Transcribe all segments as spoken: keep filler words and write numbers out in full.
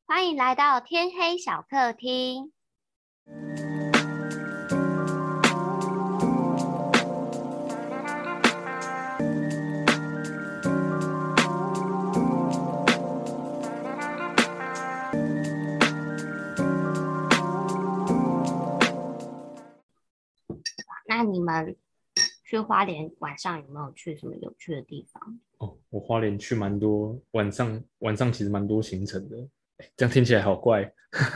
欢迎来到天黑小客厅。那你们去花莲晚上有没有去什么有趣的地方？ 哦，我花莲去蛮多，晚上晚上其实蛮多行程的，这样听起来好怪。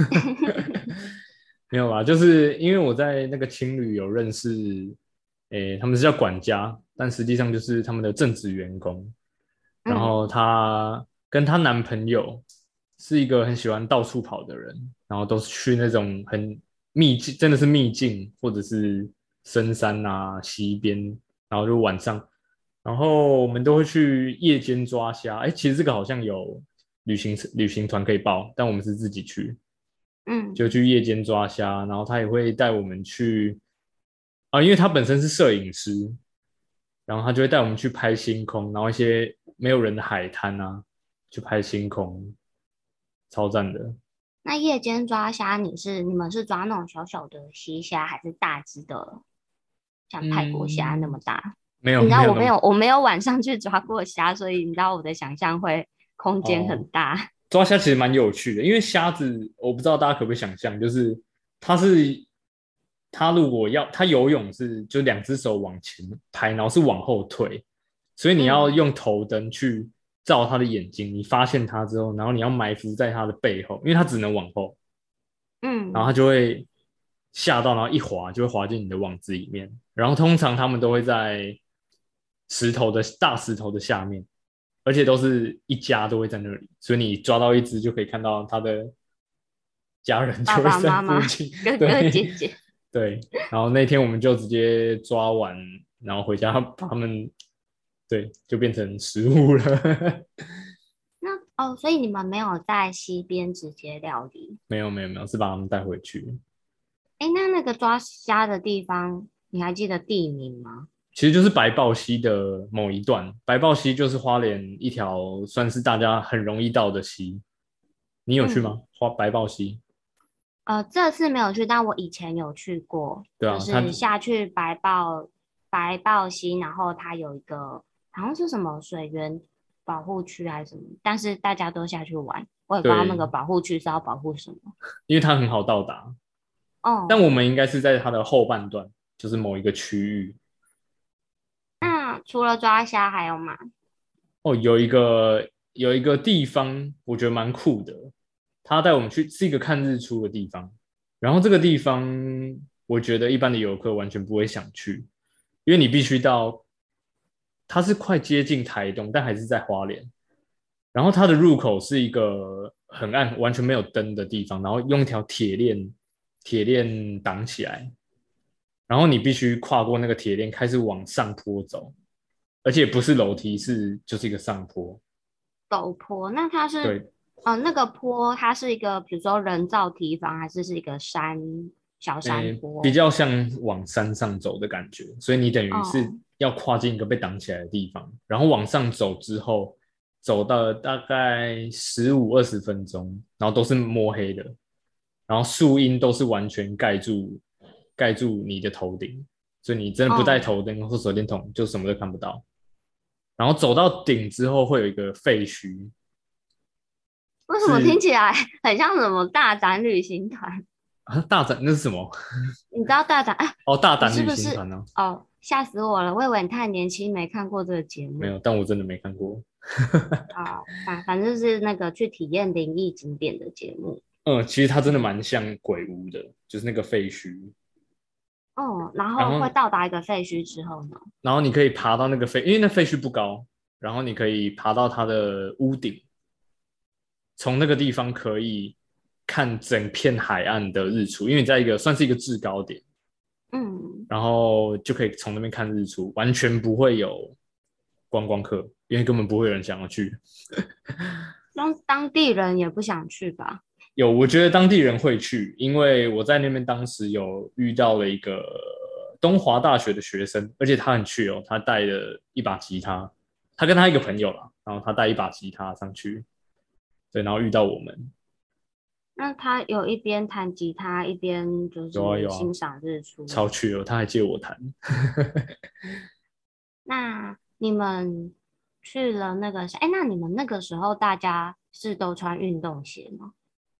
没有啦，就是因为我在那个青旅有认识，诶，他们是叫管家，但实际上就是他们的正职员工。然后嗯她跟她男朋友是一个很喜欢到处跑的人，然后都是去那种很秘境，真的是秘境或者是深山啊、溪边，然后就晚上。然后我们都会去夜间抓虾。哎，其实这个好像有旅行旅行团可以报，但我们是自己去， 嗯。 就去夜间抓虾。然后他也会带我们去啊，因为他本身是摄影师，然后他就会带我们去拍星空，然后一些没有人的海滩啊，去拍星空，超赞的。 那夜间抓虾，你是你们是抓那种小小的溪虾，还是大只的，像泰国虾那么嗯， 大？ 没有你知道没有那么我没有我没有晚上去抓过虾，所以你知道我的想象会空间很哦。 大。 抓虾其实蛮有趣的，因为虾子我不知道大家可不可以想象，就是它是它如果要它游泳是就两只手往前拍，然后是往后退，所以你要嗯用头灯去照它的眼睛，你发现它之后，然后你要埋伏在它的背后，因为它只能往后，然后它嗯。 就会吓到，然后一滑就会滑进你的网子里面。然后通常他们都会在石头的大石头的下面，而且都是一家都会在那里，所以你抓到一只就可以看到它的家人爸就会在爸妈妈、 附近。 哥哥对姐姐。 对，然后那天我们就直接抓完，然后回家把他们对就变成食物了。 那哦，所以你们没有在溪边直接料理？ 没有没有没有，是把他们带回去。 哎，那那个抓虾的地方，你还记得地名吗？ 其实就是白豹溪的某一段。白豹溪就是花莲一条算是大家很容易到的溪。你有去嗯。 吗？花白豹溪？ 呃，这次没有去，但我以前有去过， 对啊，它就是下去白豹白豹溪，然后它有一个好像是什么水源保护区还是什么，但是大家都下去玩，我也不知道那个对， 保护区是要保护什么。 因为它很好到达，但我哦， 们应该是在它的后半段，就是某一个区域。 那除了抓虾还有吗？ 哦，有一个有一个地方，我觉得蛮酷的。他带我们去是一个看日出的地方，然后这个地方我觉得一般的游客完全不会想去，因为你必须到，它是快接近台东，但还是在花莲。然后它的入口是一个很暗、完全没有灯的地方，然后用一条铁链铁链挡起来，然后你必须跨过那个铁链，开始往上坡走，而且不是楼梯，是就是一个上坡。 陡坡，那它是对， 呃那个坡，它是一个比如说人造堤防，还是是一个山小山诶，比坡？ 较像往山上走的感觉，所以你等于是哦。 要跨进一个被挡起来的地方，然后往上走之后，走到了大概十五二十分钟，然后都是摸黑的，然后树荫都是完全盖住盖住你的头顶，所以你真的不带哦， 头灯或手电筒就什么都看不到。然后走到顶之后会有一个废墟， 为什么听是起来很像什么大展旅行团？ 啊大胆那是什么？ 你知道大展啊？ 哦，大你胆旅是不是？ 行团呢、 哦，吓死我了！我以为你太年轻没看过这个节目没有，但我真的没看过。 啊。反反正是那个去体验灵异景点的节目。 嗯，其实它真的蛮像鬼屋的，就是那个废墟。 哦，然然后， 后会到达一个废墟之后呢？ 然后你可以爬到那个废，因为那废墟不高，然后你可以爬到它的屋顶，从那个地方可以看整片海岸的日出，因为你在一个算是一个制高点， 嗯。 然后就可以从那边看日出，完全不会有观光客，因为根本不会有人想要去。 当当地人也不想去吧？ 有，我觉得当地人会去，因为我在那边当时有遇到了一个东华大学的学生，而且他很去哦，他带了一把吉他，他跟他一个朋友啦，然后他带一把吉他上去，对，然后遇到我们， 那他有一边弹吉他，一边就有啊有啊， 是欣赏日出。 超去了，他还借我弹。 那你们去了那个，哎，那你们那个时候大家是都穿运动鞋吗？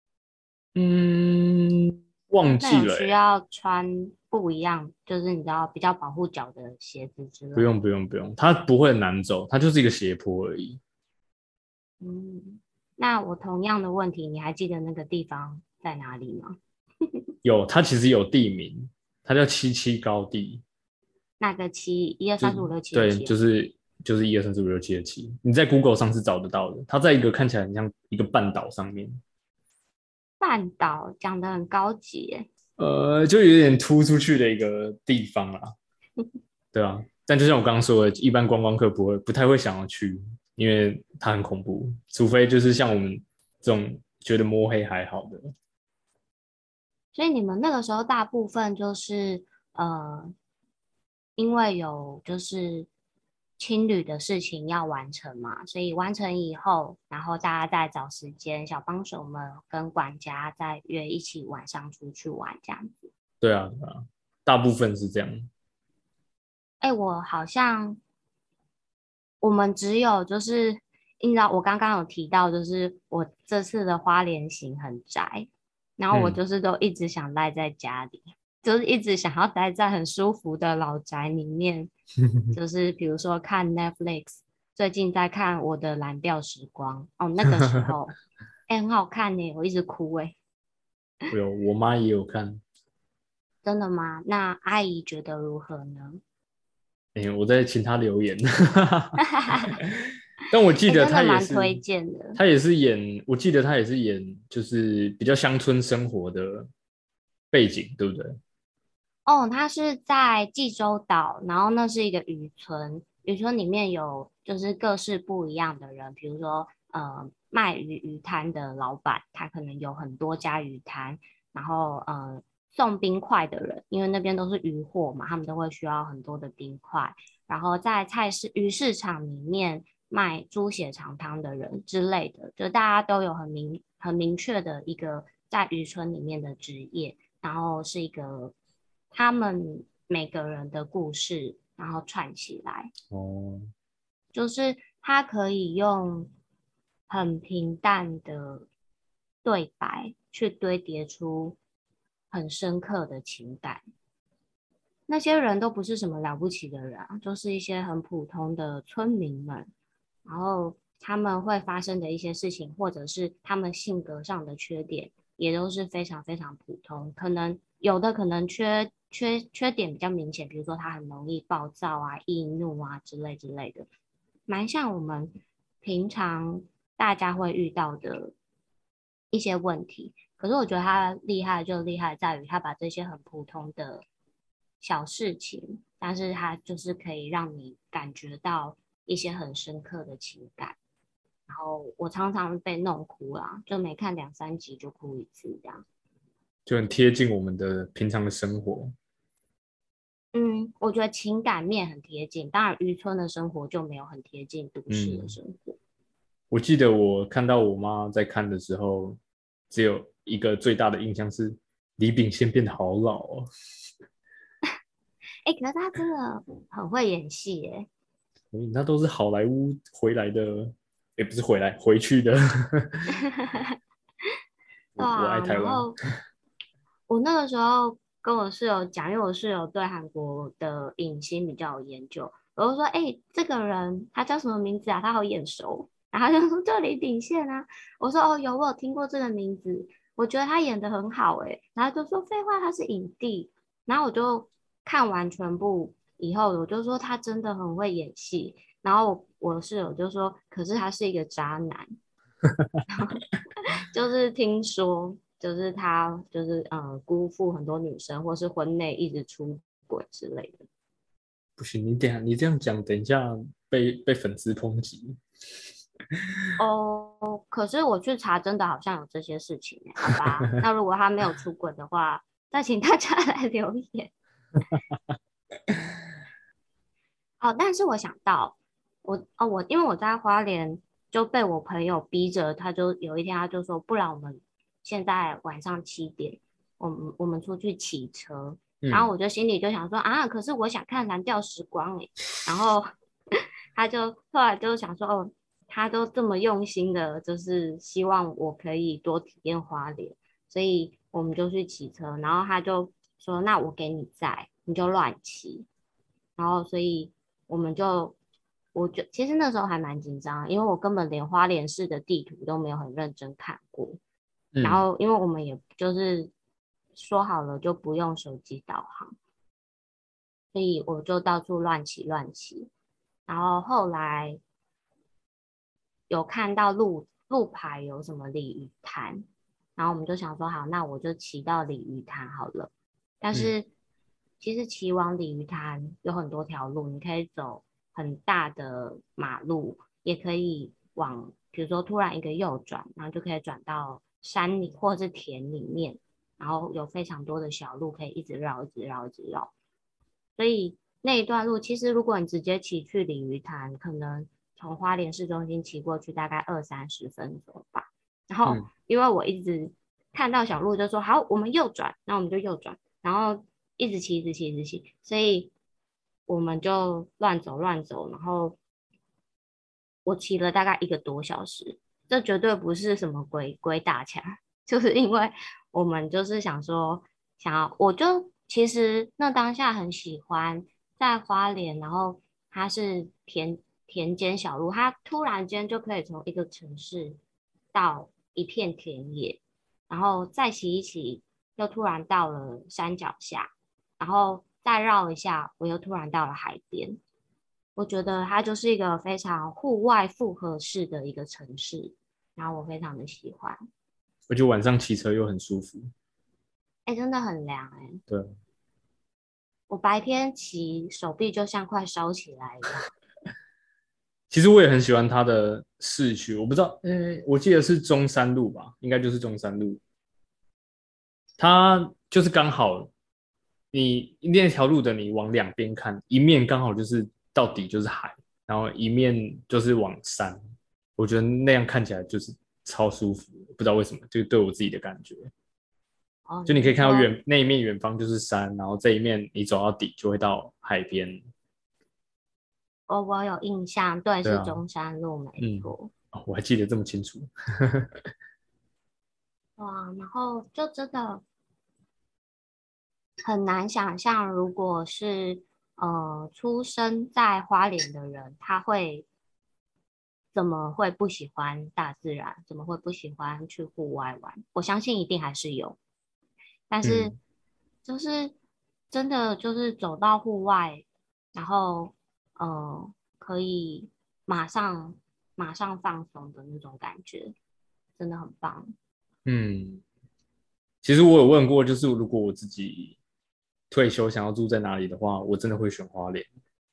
嗯，忘那有记了欸。 需要穿不一样，就是你知道比较保护脚的鞋子之类的。 不用不用不用，它不会很难走，它就是一个斜坡而已。 嗯，那我同样的问题，你还记得那个地方在哪里吗？ 有，它其实有地名，它叫七七高地。 那个七，一二就三四五六七的对， 七哦。 就是就是一二三四五六七的七，你在 Google 上是找得到的。它在一个看起来很像一个半岛上面， 半岛讲的很高级耶。 呃，就有点突出去的一个地方啦。对啊，但就像我刚刚说的，一般观光客不会不太会想要去，因为它很恐怖，除非就是像我们这种觉得摸黑还好的。 所以你们那个时候大部分就是呃，因为有就是青旅的事情要完成嘛，所以完成以后，然后大家再找时间，小帮手们跟管家再约一起晚上出去玩这样子。 对啊，对啊，大部分是这样。 哎，我好像我们只有就是，你知道我刚刚有提到，就是我这次的花莲行很宅，然后我嗯， 就是都一直想赖在家里，就是一直想要待在很舒服的老宅里面，就是比如说看 Netflix，最近在看我的蓝调时光哦，那个时候哎很好看呢，我一直哭哎， 有，我妈也有看。 真的吗？那阿姨觉得如何呢？ 哎，我在请她留言。但我记哎， 得真的她也是， 蛮推荐的。 她也是演，我记得她也是演，就是比较乡村生活的背景，对不对？ 哦，它是在济州岛，然后那是一个渔村，渔村里面有就是各式不一样的人，比如说呃卖鱼鱼摊的老板，他可能有很多家鱼摊，然后呃送冰块的人，因为那边都是渔货嘛，他们都会需要很多的冰块，然后在菜市鱼市场里面卖猪血肠汤的人之类的，就大家都有很明很明确的一个在渔村里面的职业。然后是一个他们每个人的故事，然后串起来， 哦， 就是他可以用很平淡的对白去堆叠出很深刻的情感。那些人都不是什么了不起的人啊，就是一些很普通的村民们，然后他们会发生的一些事情，或者是他们性格上的缺点，也都是非常非常普通。可能有的可能缺缺缺点比较明显，比如说他很容易暴躁啊、易怒啊之类之类的，蛮像我们平常大家会遇到的一些问题。可是我觉得他厉害就厉害在于他把这些很普通的小事情，但是他就是可以让你感觉到一些很深刻的情感。然后我常常被弄哭啦，就每看两三集就哭一次这样。 就很贴近我们的平常的生活。 嗯，我觉得情感面很贴近，当然渔村的生活就没有很贴近都市的嗯， 生活。 我记得我看到我妈在看的时候，只有一个最大的印象是李秉宪变得好老哦。 哎，可是他真的很会演戏耶。 嗯那都是好莱坞回来的，也不是回来回去的。我我爱对啊， 台湾。 然后我那个时候跟我室友讲，因为我室友对韩国的影星比较有研究，我就说：“哎、这个人他叫什么名字啊？他好眼熟。”然后他就说：“就李秉宪啊。”我说：“哦，有，我有听过这个名字，我觉得他演的很好。”哎，然后就说：“废话，他是影帝。”然后我就看完全部以后，我就说他真的很会演戏。然后我室友就说：“可是他是一个渣男。”就是听说，就是他就是呃辜负很多女生，或是婚内一直出轨之类的。 不行，你等下你这样讲，等一下被被粉丝抨击。 哦，可是我去查，真的好像有这些事情耶好吧？那如果他没有出轨的话，再请大家来留言。哦，但是我想到，我哦我因为我在花莲就被我朋友逼着，他就有一天他就说，不然我们现在晚上七点，我们我们出去骑车，然后嗯我就心里就想说啊，可是我想看蓝调时光哎，然后他就后来就想说哦，他都这么用心的，就是希望我可以多体验花莲，所以我们就去骑车，然后他就说那我给你载，你就乱骑，然后所以我们就。我就其实那时候还蛮紧张，因为我根本连花莲市的地图都没有很认真看过。然嗯后因为我们也就是说好了就不用手机导航，所以我就到处乱骑乱骑。然后后来有看到路路牌有什么鲤鱼潭，然后我们就想说好，那我就骑到鲤鱼潭好了。但嗯是其实骑往鲤鱼潭有很多条路，你可以走很大的马路，也可以往比如说突然一个右转，然后就可以转到山里或者是田里面，然后有非常多的小路可以一直绕，一直绕，一直绕。所以那一段路，其实如果你直接骑去鲤鱼潭，可能从花莲市中心骑过去大概二三十分钟吧。然后嗯， 因为我一直看到小路就说好，我们右转，那我们就右转，然后一直骑，一直骑，一直骑，所以我们就乱走乱走，然后我骑了大概一个多小时。这绝对不是什么鬼鬼打墙，就是因为我们就是想说，想要，我就其实那当下很喜欢在花莲，然后它是田田间小路，它突然间就可以从一个城市到一片田野，然后再骑一骑，又突然到了山脚下，然后再绕一下，我又突然到了海边。我觉得它就是一个非常户外复合式的一个城市，然后我非常的喜欢。 而且晚上骑车又很舒服。 哎，真的很凉哎、 对， 我白天骑手臂就像快烧起来一样。 其实我也很喜欢它的市区，我不知道，嗯，我记得是中山路吧，应该就是中山路。它就是刚好你那条路的你往两边看，一面刚好就是到底就是海，然后一面就是往山。我觉得那样看起来就是超舒服，不知道为什么，就对我自己的感觉。 哦，你就你可以看到是说远那一面远方就是山，然后这一面你走到底就会到海边。 哦，我有印象，对， 对啊， 是中山路，没嗯， 错。 哦，我还记得这么清楚。 哇，然后就真的很难想象，如果是呃出生在花莲的人，他会怎么会不喜欢大自然？怎么会不喜欢去户外玩？我相信一定还是有，但是嗯就是真的就是走到户外，然后呃可以马上马上放松的那种感觉，真的很棒。 嗯，其实我有问过，就是如果我自己退休想要住在哪里的话，我真的会选花莲。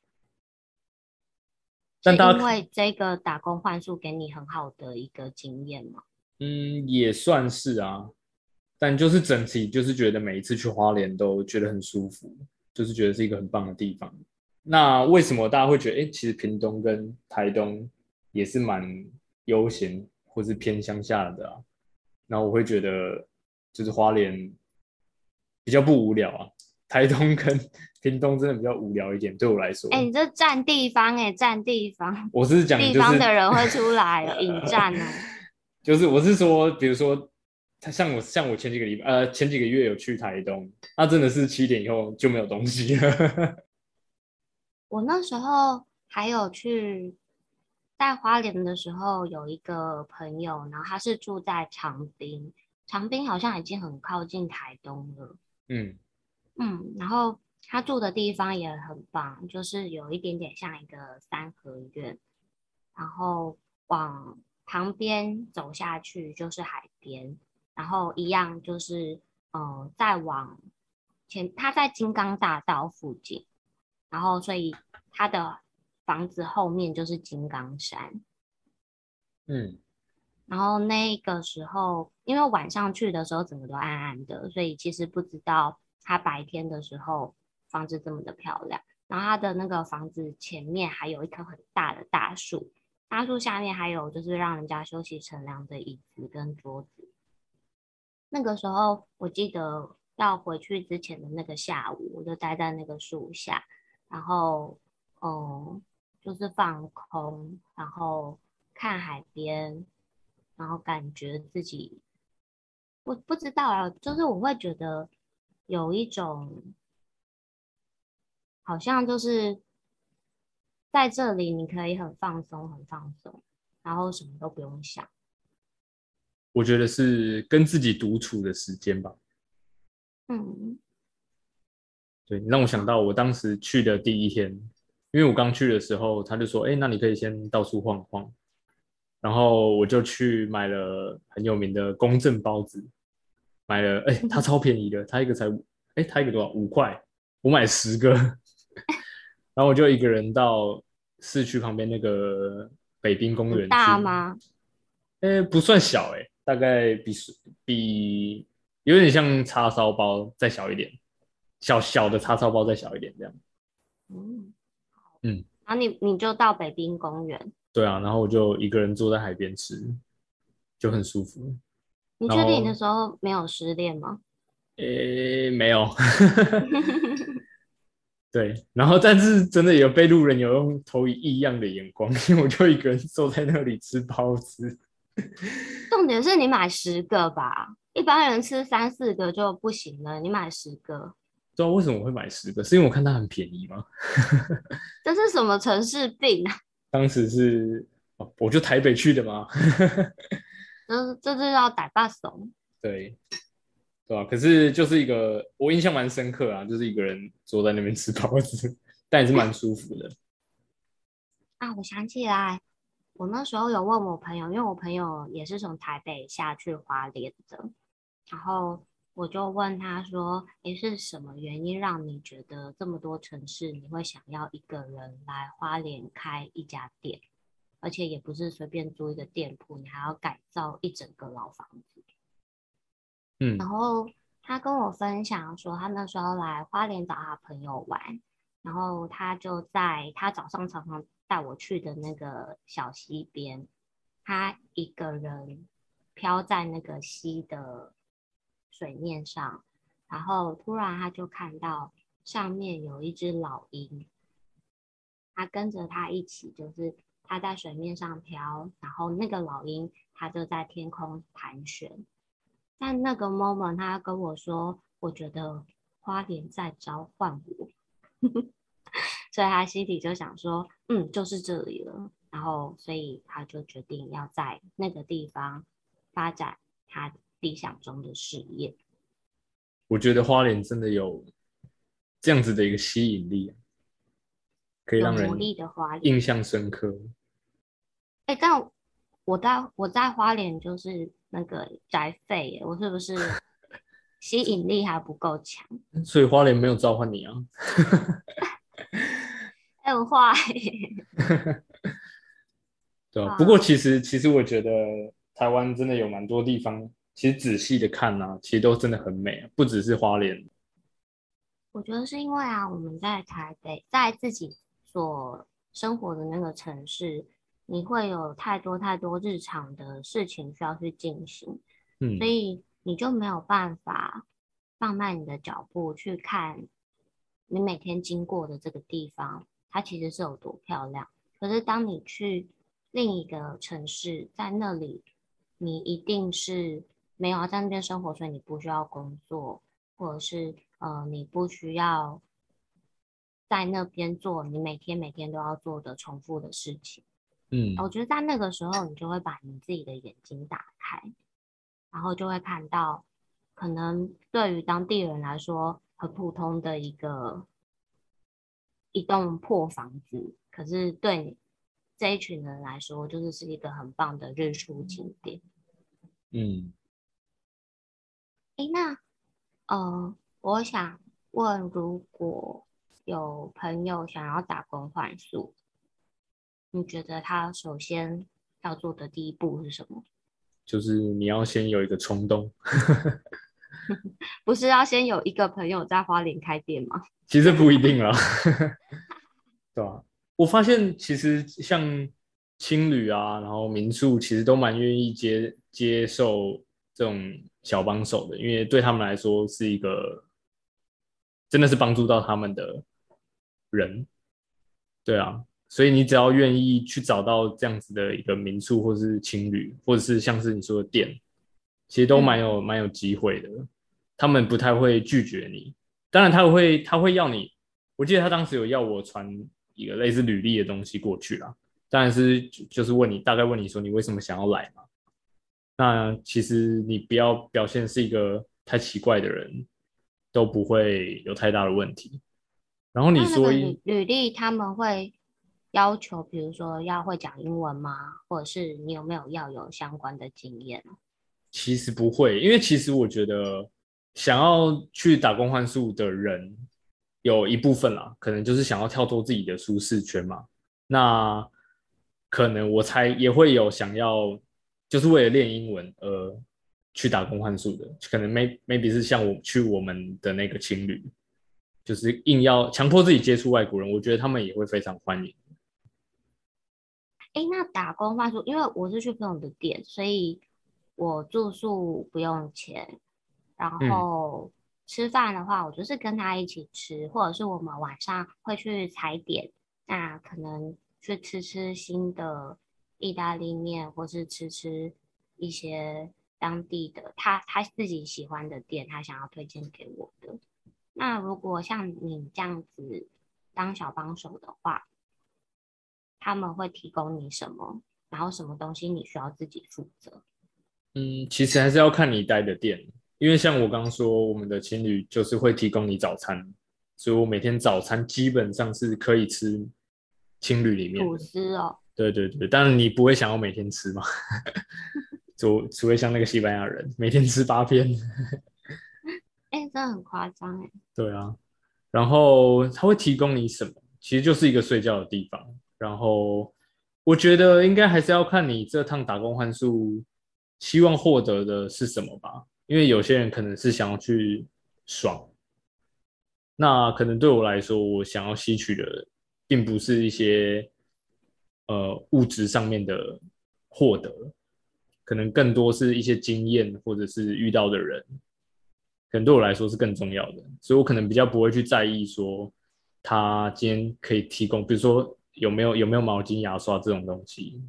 但是大家因为这个打工换宿给你很好的一个经验吗？ 嗯也算是啊，但就是整体就是觉得每一次去花莲都觉得很舒服，就是觉得是一个很棒的地方。那为什么大家会觉得，哎，其实屏东跟台东也是蛮悠闲或是偏乡下的啊？然后我会觉得，就是花莲比较不无聊啊，台东跟屏东真的比较无聊一点，对我来哎， 说。 你这占地方哎，占地方， 我是讲地就是方的人会出来哦，引战哦。 就是我是说，比如说，他像我像我前几个礼拜呃前几个月有去台东，那真的是七点以后就没有东西了。 我那时候还有去在花莲的时候，有一个朋友，然后他是住在长滨，长滨好像已经很靠近台东了。 嗯嗯，然后他住的地方也很棒，就是有一点点像一个三合院，然后往旁边走下去就是海边，然后一样就是呃再往前，他在金刚大道附近，然后所以他的房子后面就是金刚山。 嗯然后那个时候，因为晚上去的时候整个都暗暗的，所以其实不知道他白天的时候房子这么的漂亮。然后他的那个房子前面还有一棵很大的大树，大树下面还有就是让人家休息乘凉的椅子跟桌子。 那个时候我记得要回去之前的那个下午，我就待在那个树下，然后嗯，就是放空，然后看海边，然后感觉自己，我不知道啊，就是我会觉得有一种好像就是在这里你可以很放松，很放松，然后什么都不用想。 我觉得是跟自己独处的时间吧。 嗯， 对，你让我想到我当时去的第一天，因为我刚去的时候，他就说：“哎，那你可以先到处晃晃。”然后我就去买了很有名的公正包子，买了，哎，它超便宜的，它一个才五，哎，它一个多少？五块，我买十个，然后我就一个人到市区旁边那个北滨公很园去， 大吗？ 哎，不算小，哎，大概比比有点像叉烧包再小一点，小小的叉烧包再小一点这样。 嗯， 嗯， 然后你你就到北滨公园， 对啊，然后我就一个人坐在海边吃，就很舒服。 你确定你那然后， 时候没有失恋吗？ 诶，没有，对，然后但是真的有被路人有用投以异样的眼光，因为我就一个人坐在那里吃包子。 重点是你买十个吧，一般人吃三四个就不行了，你买十个， 不知道为什么我会买十个，是因为我看它很便宜吗？ 这是什么城市病啊？ 当时是，哦我就台北去的嘛， 这这就要逮把怂对对吧？可是就是一个我印象蛮深刻啊，就是一个人坐在那边吃包子，但也是蛮舒服的。 啊！我想起来，我那时候有问我朋友，因为我朋友也是从台北下去花莲的，然后我就问他说：“诶，是什么原因让你觉得这么多城市你会想要一个人来花莲开一家店，而且也不是随便租一个店铺，你还要改造一整个老房子？”然嗯， 后他跟我分享说，他那时候来花莲找他朋友玩，然后他就在他早上常常带我去的那个小溪边，他一个人飘在那个溪的水面上，然后突然他就看到上面有一只老鹰，他跟着他一起，就是他在水面上飘，然后那个老鹰它就在天空盘旋。但那个 moment，他跟我说，我觉得花莲在召唤我，所以他心里就想说，嗯，就是这里了。然后，所以他就决定要在那个地方发展他理想中的事业， 我觉得花莲真的有这样子的一个吸引力啊，可以让人有魔力的花莲。 印象深刻。 哎，但我在我在花莲就是那个宅废耶，我是不是吸引力还不够强？ 所以花莲没有召唤你啊。 哎，我坏耶， 对啊，不过哇， 其实其实我觉得台湾真的有蛮多地方，其实仔细的看啊，其实都真的很美啊，不只是花莲。 我觉得是因为啊，我们在台北，在自己所生活的那个城市，你会有太多太多日常的事情需要去进行，所嗯以你就没有办法放慢你的脚步去看你每天经过的这个地方，它其实是有多漂亮。可是当你去另一个城市，在那里，你一定是没有要在那边生活，所以你不需要工作。或者是呃，你不需要在那边做你每天每天都要做的重复的事情。我嗯， 觉得在那个时候，你就会把你自己的眼睛打开，然后就会看到，可能对于当地人来说很普通的一个一栋破房子，可是对你这一群人来说，就是是一个很棒的日出景点。 嗯， 诶，那呃，我想问，如果有朋友想要打工换宿，你觉得他首先要做的第一步是什么？ 就是你要先有一个冲动， 不是要先有一个朋友在花莲开店吗？ 其实不一定啦，对吧？我发现其实像青旅啊，然后民宿，其实都蛮愿意接接受这种小帮手的，因为对他们来说是一个真的是帮助到他们的人。对啊，所以你只要愿意去找到这样子的一个民宿，或是青旅，或者是像是你说的店，其实都蛮有蛮有机会的。他们不太会拒绝你，当然他会他会要你，我记得他当时有要我传一个类似履历的东西过去啦，当然是就是问你大概问你说你为什么想要来嘛。那其实你不要表现是一个太奇怪的人，都不会有太大的问题。然后你说那那个履履历他们会要求，比如说要会讲英文吗？或者是你有没有要有相关的经验？ 其实不会，因为其实我觉得想要去打工换宿的人有一部分啦，可能就是想要跳脱自己的舒适圈嘛。那可能我猜也会有想要就是为了练英文而去打工换宿的，可能 may maybe 是像我去我们的那个情侣，就是硬要强迫自己接触外国人，我觉得他们也会非常欢迎。 诶，那打工换宿，因为我是去朋友的店，所以我住宿不用钱，然嗯， 后吃饭的话，我就是跟他一起吃，或者是我们晚上会去踩点，那可能去吃吃新的意大利面，或是吃吃一些当地的他他自己喜欢的店，他想要推荐给我的。那如果像你这样子当小帮手的话，他们会提供你什么，然后什么东西你需要自己负责。 嗯，其实还是要看你待的店，因为像我刚刚说，我们的情侣就是会提供你早餐，所以我每天早餐基本上是可以吃情侣里面吐的。 司哦， 对对对，当然你不会想要每天吃嘛，除除非像那个西班牙人每天吃八片。 哎，真的很夸张哎。 对啊，然后他会提供你什么？其实就是一个睡觉的地方。然后我觉得应该还是要看你这趟打工换宿希望获得的是什么吧。因为有些人可能是想要去爽，那可能对我来说，我想要吸取的并不是一些呃物质上面的获得，可能更多是一些经验或者是遇到的人，可能对我来说是更重要的，所以我可能比较不会去在意说他今天可以提供，比如说有没有有没有毛巾、牙刷这种东西。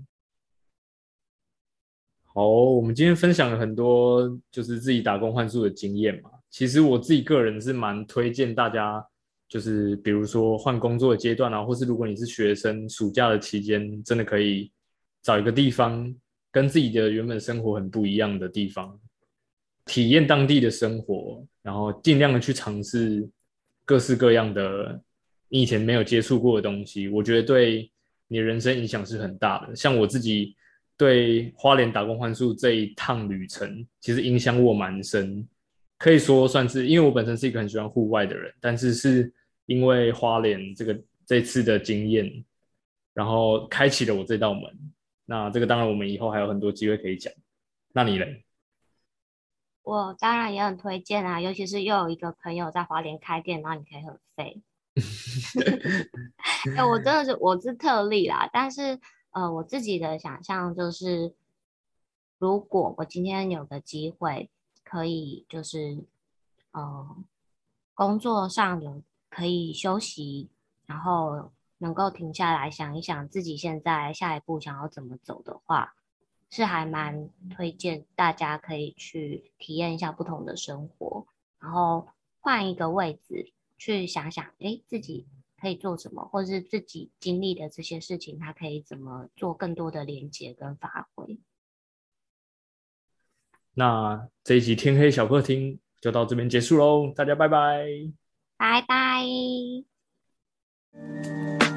好，我们今天分享了很多就是自己打工换宿的经验嘛。其实我自己个人是蛮推荐大家，就是比如说换工作的阶段啊，或是如果你是学生，暑假的期间，真的可以找一个地方跟自己的原本生活很不一样的地方，体验当地的生活，然后尽量的去尝试各式各样的你以前没有接触过的东西，我觉得对你的人生影响是很大的。像我自己对花莲打工换宿这一趟旅程，其实影响我蛮深，可以说算是因为我本身是一个很喜欢户外的人，但是是因为花莲这个这次的经验，然后开启了我这道门。那这个当然我们以后还有很多机会可以讲。那你嘞？ 我当然也很推荐啊，尤其是又有一个朋友在华联开店，然后你可以很废。哎，我真的是我是特例啦，但是呃，我自己的想象就是，如果我今天有个机会，可以就是呃，工作上有可以休息，然后能够停下来想一想自己现在下一步想要怎么走的话，是还蛮推荐大家可以去体验一下不同的生活，然后换一个位置去想想，诶，自己可以做什么，或者是自己经历的这些事情，它可以怎么做更多的连接跟发挥。 那这一集天黑小客厅就到这边结束喽，大家拜拜。 拜拜。